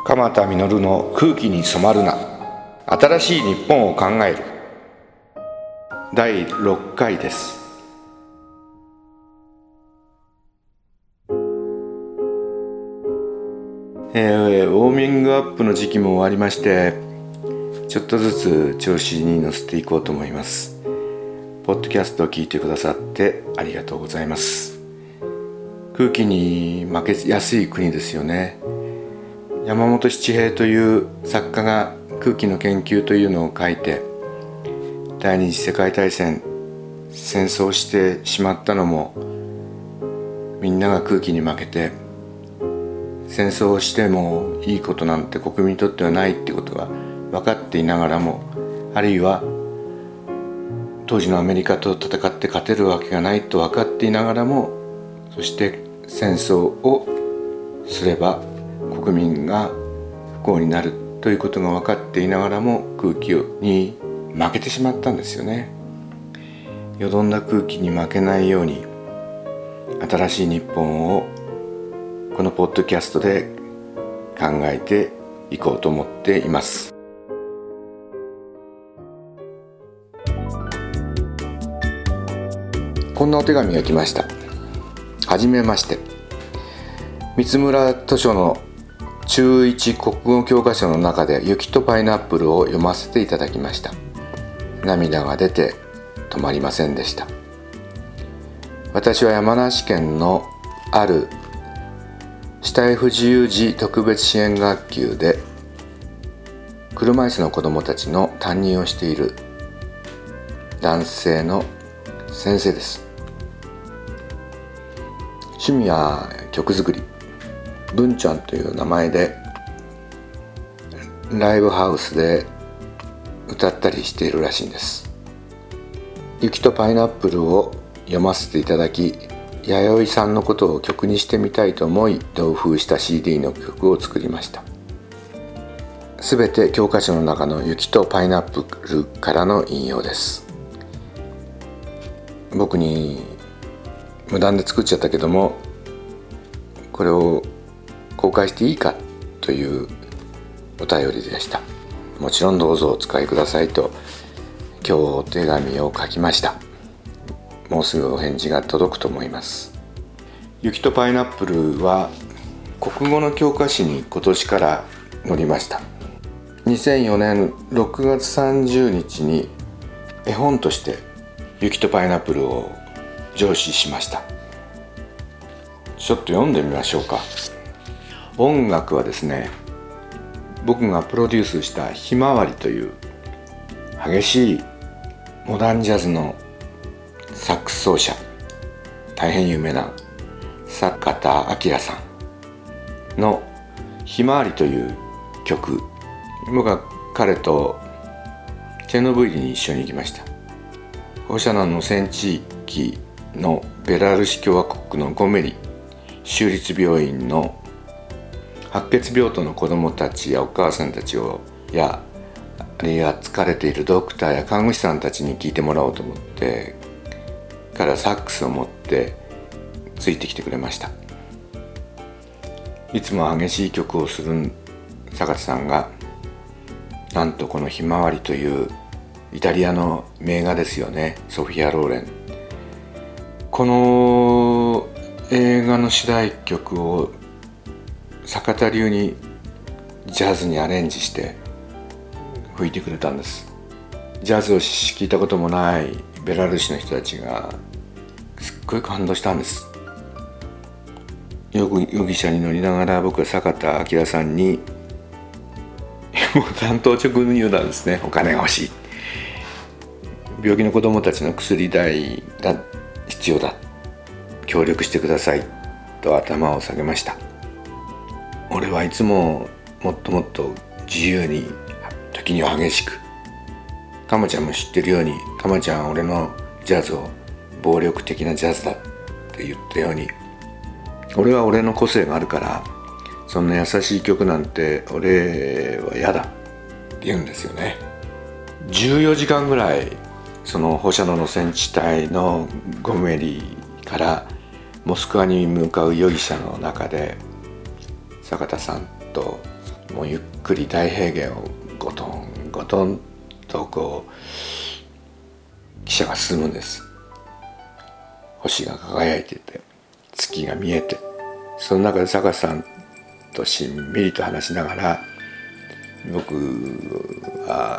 鎌田実の空気に染まるな、新しい日本を考える、第6回です。ウォーミングアップの時期も終わりまして、ちょっとずつ調子に乗せていこうと思います。ポッドキャストを聞いてくださってありがとうございます。空気に負けやすい国ですよね。山本七平という作家が空気の研究というのを書いて、第二次世界大戦、戦争してしまったのもみんなが空気に負けて、戦争をしてもいいことなんて国民にとってはないってことが分かっていながらも、あるいは当時のアメリカと戦って勝てるわけがないと分かっていながらも、そして戦争をすれば国民が不幸になるということが分かっていながらも、空気に負けてしまったんですよね。よどんだ空気に負けないように、新しい日本をこのポッドキャストで考えていこうと思っています。こんなお手紙が来ました。はじめまして。三村図書の中1国語教科書の中で雪とパイナップルを読ませていただきました。涙が出て止まりませんでした。私は山梨県のある肢体不自由児特別支援学級で車椅子の子どもたちの担任をしている男性の先生です。趣味は曲作り、文ちゃんという名前でライブハウスで歌ったりしているらしいんです。雪とパイナップルを読ませていただき、弥生さんのことを曲にしてみたいと思い、同封した CD の曲を作りました。すべて教科書の中の雪とパイナップルからの引用です。僕に無断で作っちゃったけども、これを公開していいかというお便りでした。もちろんどうぞお使いくださいと今日お手紙を書きました。もうすぐお返事が届くと思います。雪とパイナップルは国語の教科書に今年から載りました。2004年6月30日に絵本として雪とパイナップルを上梓しました。ちょっと読んでみましょうか。音楽はですね、僕がプロデュースしたひまわりという激しいモダンジャズのサックス奏者、大変有名な坂田明さんのひまわりという曲、僕は彼とチェルノブイリに一緒に行きました。放射能の戦地域のベラルーシ共和国のゴメリ州立病院の白血病棟の子どもたちやお母さんたちをあるいは疲れているドクターや看護師さんたちに聞いてもらおうと思って、彼はサックスを持ってついてきてくれました。いつも激しい曲をする坂田さんが、なんとこのひまわりというイタリアの名画ですよね、ソフィア・ローレン。この映画の主題曲を坂田流にジャズにアレンジして吹いてくれたんです。ジャズを聴いたこともないベラルーシの人たちがすっごい感動したんです。容疑者に乗りながら僕は坂田明さんにもう単刀直入に言うたんですね。お金が欲しい、病気の子どもたちの薬代が必要だ、協力してくださいと頭を下げました。俺はいつももっともっと自由に、時には激しく、かまちゃんも知ってるように、かまちゃんは俺のジャズを暴力的なジャズだって言ったように、俺は俺の個性があるから、そんな優しい曲なんて俺は嫌だって言うんですよね。14時間ぐらいその放射能の戦地帯のゴメリからモスクワに向かう容疑者の中で坂田さんともうゆっくり大平原をゴトンゴトンとこう汽車が進むんです。星が輝いていて月が見えて、その中で坂田さんとしんみりと話しながら、僕は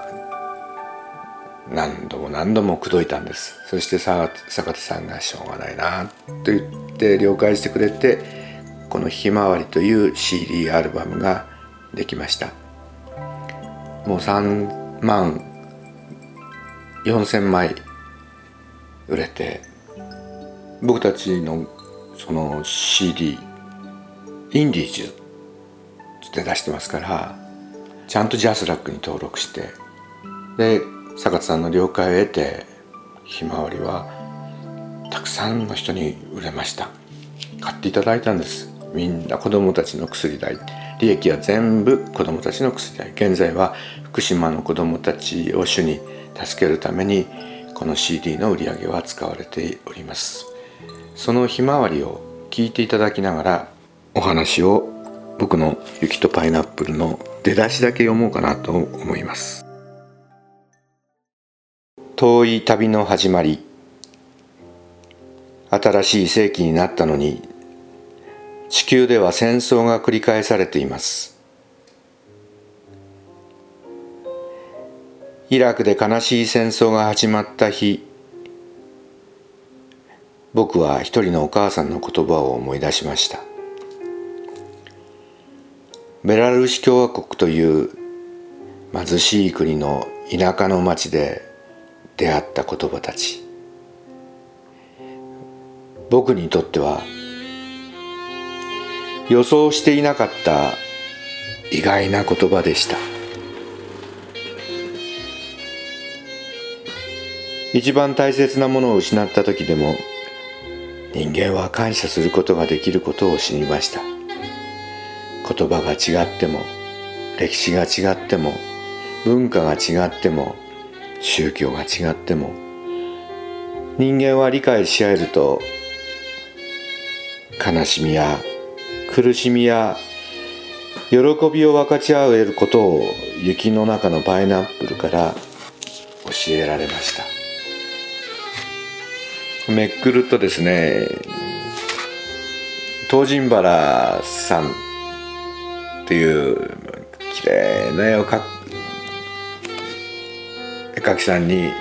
何度も何度も口説いたんです。そして坂田さんがしょうがないなと言って了解してくれて、このひまわりという CD アルバムができました。もう3万4000枚売れて、僕たちのその CD インディーズって出してますから、ちゃんとジャスラックに登録して、で坂田さんの了解を得て、ひまわりはたくさんの人に売れました。買っていただいたんです。みんな子供たちの薬代、利益は全部子供たちの薬代。現在は福島の子供たちを主に助けるためにこの CD の売り上げは使われております。そのひまわりを聞いていただきながら、お話を僕の雪とパイナップルの出だしだけ読もうかなと思います。遠い旅の始まり、新しい世紀になったのに、地球では戦争が繰り返されています。イラクで悲しい戦争が始まった日、僕は一人のお母さんの言葉を思い出しました。ベラルーシ共和国という貧しい国の田舎の町で出会った言葉たち。僕にとっては予想していなかった意外な言葉でした。一番大切なものを失った時でも、人間は感謝することができることを知りました。言葉が違っても、歴史が違っても、文化が違っても、宗教が違っても、人間は理解し合えると、悲しみや苦しみや喜びを分かち合えることを雪の中のパイナップルから教えられました。めくるとですね、東尋原さんっていう綺麗な絵を絵描きさんに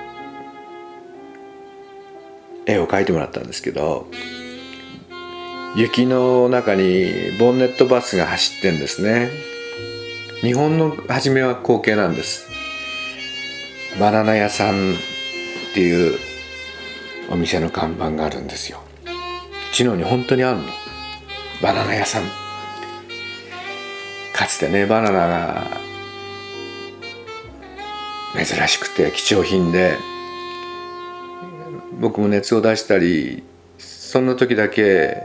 絵を描いてもらったんですけど、雪の中にボンネットバスが走ってんですね。日本の初めは光景なんです。バナナ屋さんっていうお店の看板があるんですよ。知能に本当にあるの、バナナ屋さん。かつてね、バナナが珍しくて貴重品で、僕も熱を出したり、そんな時だけ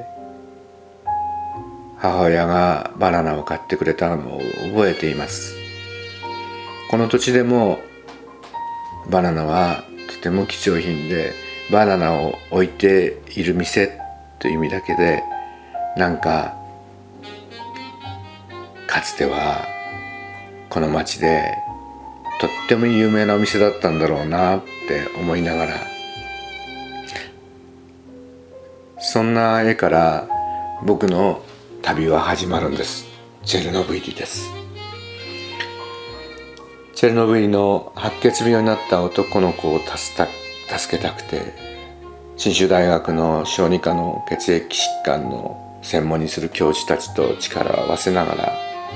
母親がバナナを買ってくれたのを覚えています。この土地でもバナナはとても貴重品で、バナナを置いている店という意味だけで、なんかかつてはこの町でとっても有名なお店だったんだろうなって思いながら、そんな絵から僕の旅は始まるんです。チェルノブイリです。チェルノブイリの白血病になった男の子を助けたくて、信州大学の小児科の血液疾患の専門にする教授たちと力を合わせなが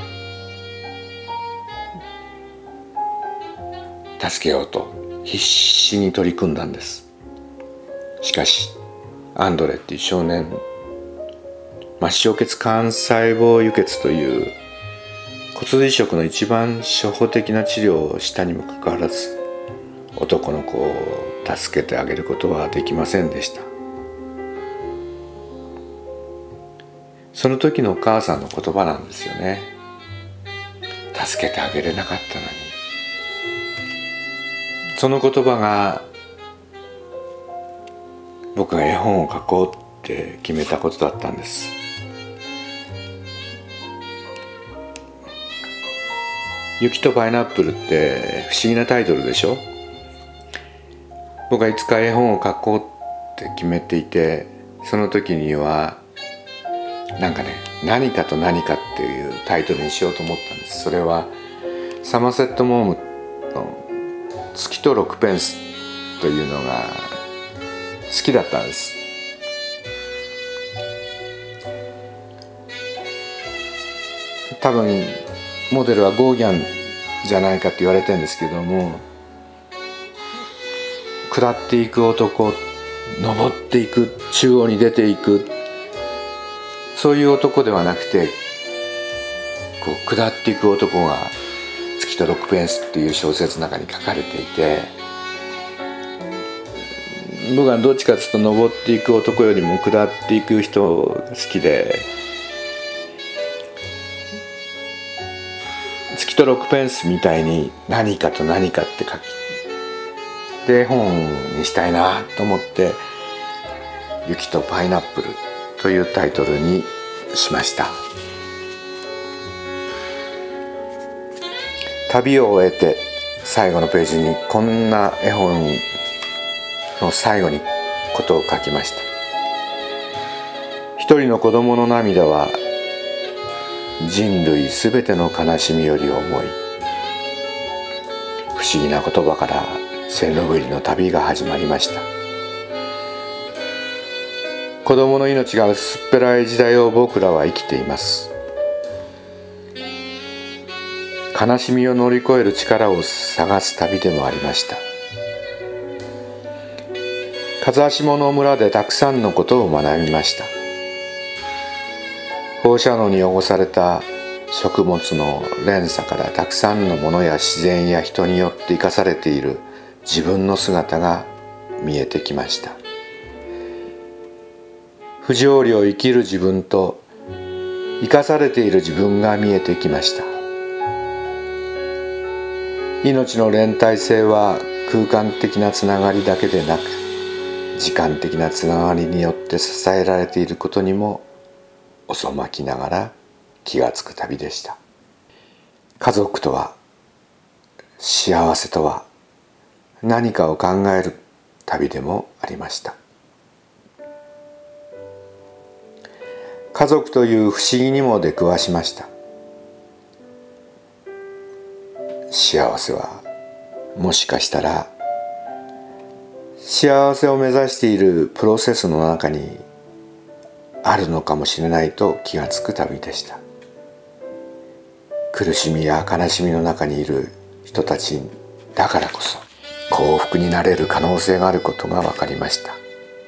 ら助けようと必死に取り組んだんです。しかしアンドレっていう少年、末梢血幹細胞輸血という骨髄移植の一番初歩的な治療をしたにもかかわらず、男の子を助けてあげることはできませんでした。その時のお母さんの言葉なんですよね。助けてあげれなかったのに。その言葉が僕が絵本を描こうって決めたことだったんです。 雪とパイナップルって不思議なタイトルでしょ。僕はいつか絵本を描こうって決めていて、その時には何かと何かっていうタイトルにしようと思ったんです。それはサマセット・モームの月と6ペンスというのが好きだったんです。多分モデルはゴーギャンじゃないかって言われてるんですけども、下っていく男、登っていく、中央に出ていく、そういう男ではなくて、下っていく男が月と6ペンスっていう小説の中に書かれていて、僕はどっちかというと登っていく男よりも下っていく人が好きで、月と6ペンスみたいに何かと何かって書きで本にしたいなと思って、雪とパイナップルというタイトルにしました。旅を終えて最後のページにこんな絵本の最後にことを書きました。一人の子供の涙は人類すべての悲しみより重い。不思議な言葉からチェルノブイリの旅が始まりました。子供の命が薄っぺらい時代を僕らは生きています。悲しみを乗り越える力を探す旅でもありました。風下の村でたくさんのことを学びました。放射能に汚された食物の連鎖からたくさんのものや自然や人によって生かされている自分の姿が見えてきました。不条理を生きる自分と生かされている自分が見えてきました。命の連帯性は空間的なつながりだけでなく、時間的なつながりによって支えられていることにも遅まきながら気がつく旅でした。家族とは、幸せとは何かを考える旅でもありました。家族という不思議にも出くわしました。幸せはもしかしたら幸せを目指しているプロセスの中にあるのかもしれないと気がつく旅でした。苦しみや悲しみの中にいる人たちだからこそ幸福になれる可能性があることが分かりました。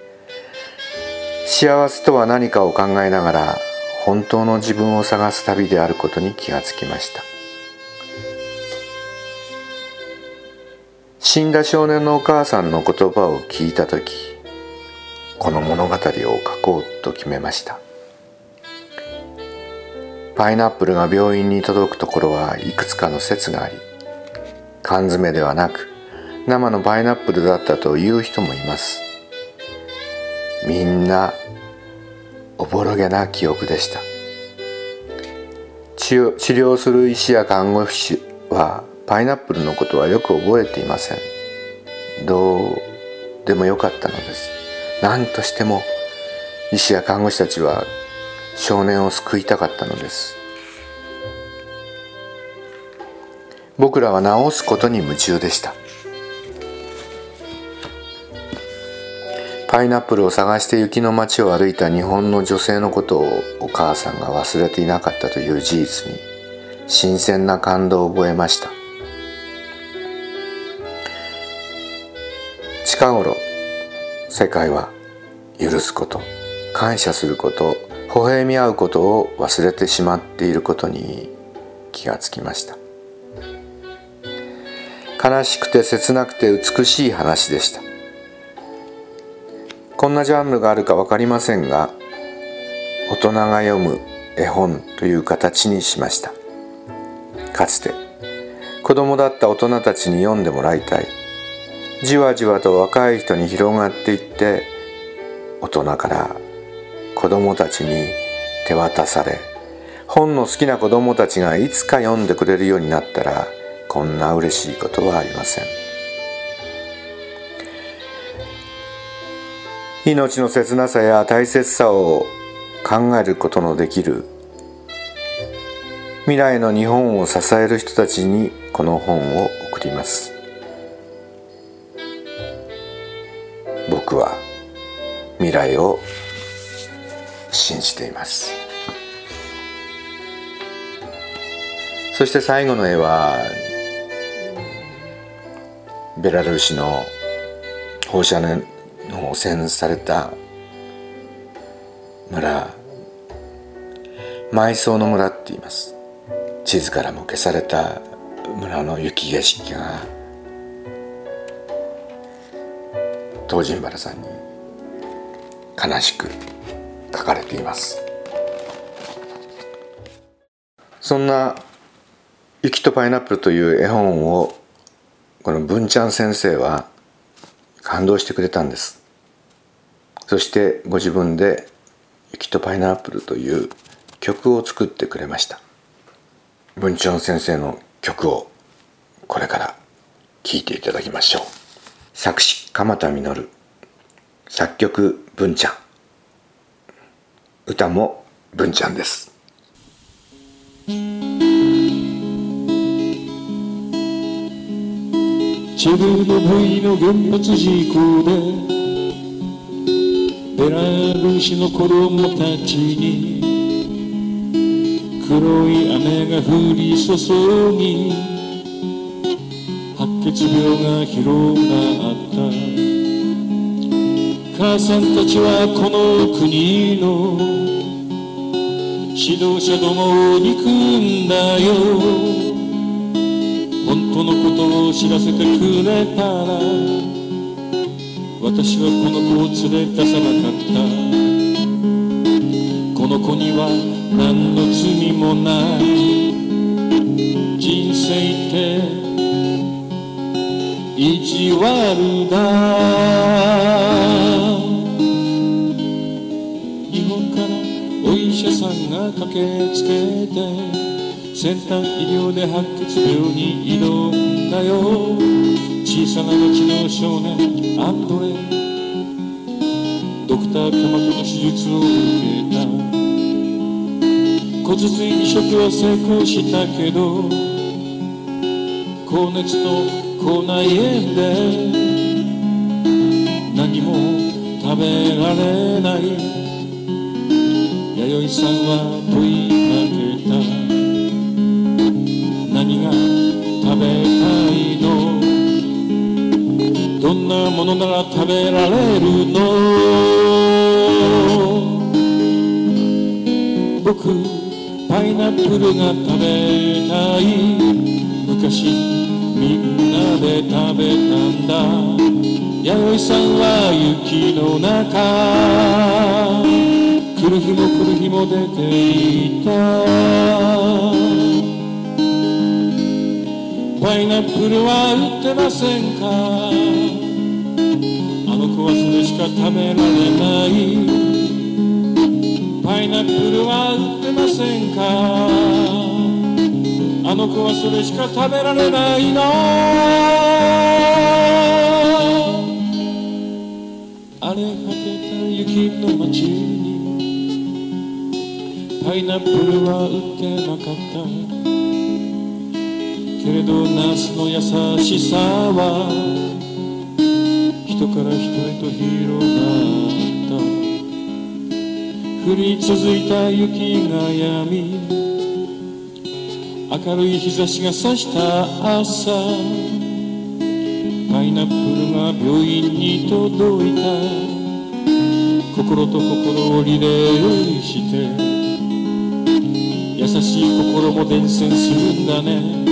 幸せとは何かを考えながら本当の自分を探す旅であることに気がつきました。死んだ少年のお母さんの言葉を聞いたとき、この物語を書こうと決めました。パイナップルが病院に届くところはいくつかの説があり、缶詰ではなく生のパイナップルだったという人もいます。みんなおぼろげな記憶でした。治療する医師や看護師はパイナップルのことはよく覚えていません。どうでもよかったのです。何としても医師や看護師たちは少年を救いたかったのです。僕らは治すことに夢中でした。パイナップルを探して雪の街を歩いた日本の女性のことをお母さんが忘れていなかったという事実に新鮮な感動を覚えました。近頃、世界は許すこと、感謝すること、微笑み合うことを忘れてしまっていることに気がつきました。悲しくて切なくて美しい話でした。こんなジャンルがあるか分かりませんが、大人が読む絵本という形にしました。かつて子供だった大人たちに読んでもらいたい。じわじわと若い人に広がっていって、大人から子供たちに手渡され、 本の好きな子どもたちがいつか読んでくれるようになったら、こんな嬉しいことはありません。命の切なさや大切さを考えることのできる未来の日本を支える人たちにこの本を送ります。僕は未来を信じています。そして最後の絵はベラルーシの放射能汚染された村、埋葬の村って言います。地図からも消された村の雪景色が東尋原さんに悲しく書かれています。そんな雪とパイナップルという絵本をこの文ちゃん先生は感動してくれたんです。そしてご自分で雪とパイナップルという曲を作ってくれました。文ちゃん先生の曲をこれから聴いていただきましょう。作詞鎌田実、作曲文ちゃん、歌も文ちゃんです。 チェルノブイリの原発事故でベラルーシの子供たちに黒い雨が降り注ぎ白血病が広がった。母さんたちはこの国の指導者どもを憎んだよ。本当のことを知らせてくれたら私はこの子を連れ出さなかった。この子には何の罪もない。人生って意地悪だ。日本からお医者さんが駆けつけて先端医療で白血病に挑んだよ。小さな町の少年アンドレ、ドクター鎌田の手術を受けた。骨髄移植は成功したけど高熱と口内炎で何も食べられない。弥生さんは問いかけた。何が食べたいの？どんなものなら食べられるの？僕パイナップルが食べたい。昔みんなで食べたんだ。弥生さんは雪の中来る日も来る日も出ていた。パイナップルは売ってませんか？あの子はそれしか食べられない。パイナップルは売ってませんか？あの子はそれしか食べられないの。荒れ果てた雪の街にパイナップルは売ってなかったけれどナスの優しさは人から人へと広がった。降り続いた雪が止み明るい日差しが差した朝、パイナップルが病院に届いた。心と心をリレーして優しい心も伝染するんだね。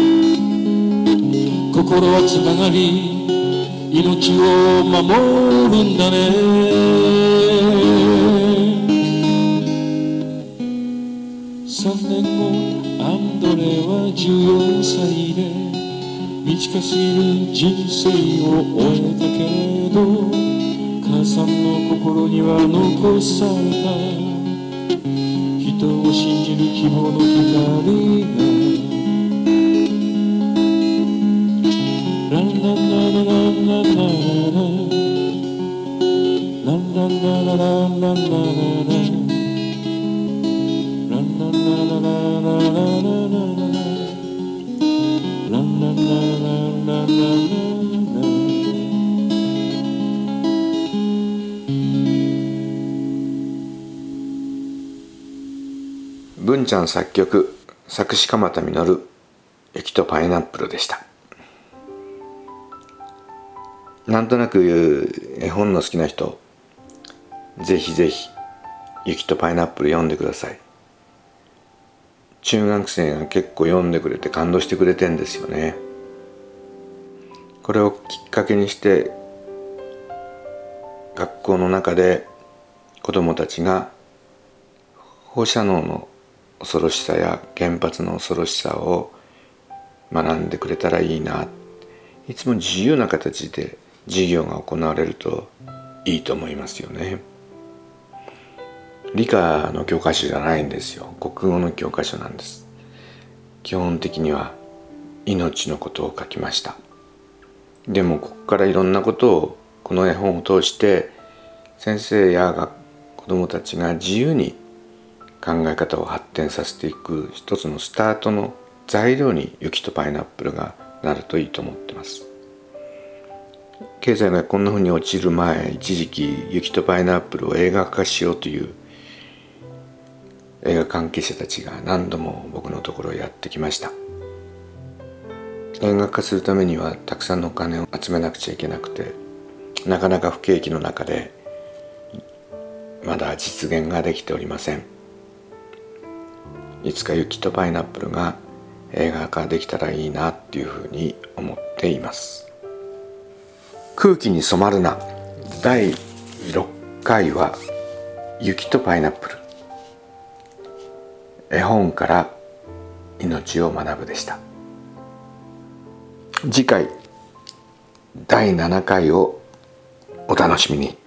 心はつながり命を守るんだね。3年後アンドレは14歳で短すぎる人生を終えたけれど母さんの心には残された人を信じる希望の文ちゃん作曲、作詞鎌田実、雪とパイナップルでした。なんとなく絵本の好きな人、ぜひぜひ雪とパイナップル読んでください。中学生が結構読んでくれて感動してくれてんですよね。これをきっかけにして学校の中で子どもたちが放射能の恐ろしさや原発の恐ろしさを学んでくれたらいいな。いつも自由な形で授業が行われるといいと思いますよね。理科の教科書じゃないんですよ。国語の教科書なんです。基本的には命のことを書きました。でもここからいろんなことをこの絵本を通して先生や子どもたちが自由に考え方を発展させていく一つのスタートの材料に雪とパイナップルがなるといいと思ってます。経済がこんな風に落ちる前、一時期雪とパイナップルを映画化しようという映画関係者たちが何度も僕のところへやってきました。映画化するためにはたくさんのお金を集めなくちゃいけなくて、なかなか不景気の中でまだ実現ができておりません。いつか雪とパイナップルが映画化できたらいいなっていうふうに思っています。空気に染まるな第6回は雪とパイナップル、絵本から命を学ぶでした。次回第7回をお楽しみに。